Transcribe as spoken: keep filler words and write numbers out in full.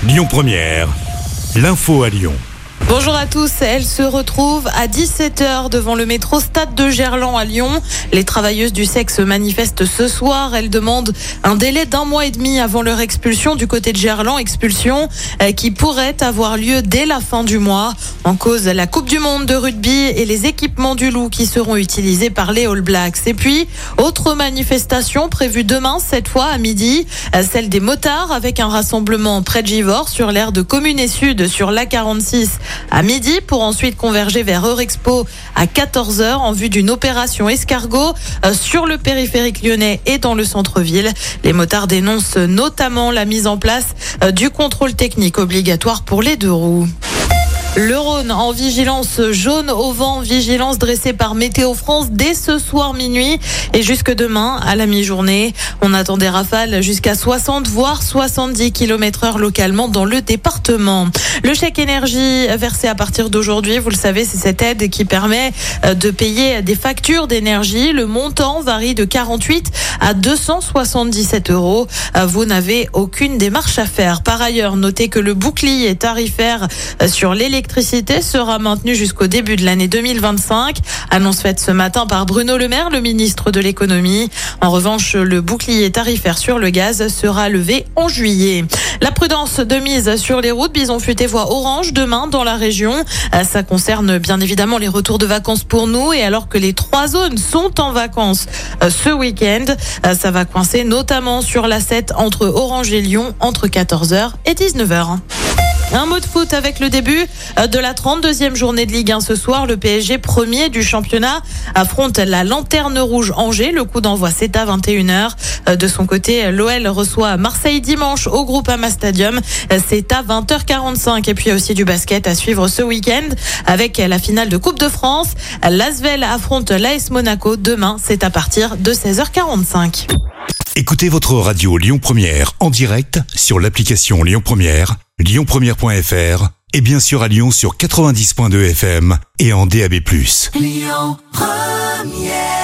Lyon Première, l'info à Lyon. Bonjour à tous, elle se retrouve à dix-sept heures devant le métro Stade de Gerland à Lyon. Les travailleuses du sexe manifestent ce soir. Elles demandent un délai d'un mois et demi avant leur expulsion du côté de Gerland, expulsion qui pourrait avoir lieu dès la fin du mois. En cause, la Coupe du Monde de rugby et les équipements du Loup qui seront utilisés par les All Blacks. Et puis, autre manifestation prévue demain, cette fois à midi, celle des motards avec un rassemblement près de Givors sur l'aire de Communes Sud sur l'A quarante-six à midi pour ensuite converger vers Eurexpo à quatorze heures en vue d'une opération escargot sur le périphérique lyonnais et dans le centre-ville. Les motards dénoncent notamment la mise en place du contrôle technique obligatoire pour les deux roues. Le Rhône en vigilance jaune au vent, vigilance dressée par Météo France dès ce soir minuit et jusque demain à la mi-journée. On attend des rafales jusqu'à soixante voire soixante-dix kilomètres heure localement dans le département. Le chèque énergie versé à partir d'aujourd'hui, vous le savez, c'est cette aide qui permet de payer des factures d'énergie. Le montant varie de quarante-huit à deux cent soixante-dix-sept euros. Vous n'avez aucune démarche à faire. Par ailleurs, notez que le bouclier tarifaire sur l'électricité L'électricité sera maintenue jusqu'au début de l'année deux mille vingt-cinq. Annonce faite ce matin par Bruno Le Maire, le ministre de l'économie. En revanche, le bouclier tarifaire sur le gaz sera levé en juillet. La prudence de mise sur les routes, Bison Futé voie orange demain dans la région. Ça concerne bien évidemment les retours de vacances pour nous. Et alors que les trois zones sont en vacances ce week-end, ça va coincer notamment sur l'A sept entre Orange et Lyon entre quatorze heures et dix-neuf heures. Un mot de foot avec le début de la trente-deuxième journée de Ligue un ce soir. Le P S G, premier du championnat, affronte la Lanterne Rouge Angers. Le coup d'envoi, c'est à vingt et une heures. De son côté, l'O L reçoit Marseille dimanche au Groupama Stadium. C'est à vingt heures quarante-cinq. Et puis il y a aussi du basket à suivre ce week-end avec la finale de Coupe de France. L'Asvel affronte l'A S Monaco. Demain, c'est à partir de seize heures quarante-cinq. Écoutez votre radio Lyon Première en direct sur l'application Lyon Première, lyon première point f r et bien sûr à Lyon sur quatre-vingt-dix point deux F M et en D A B plus. Lyon Première.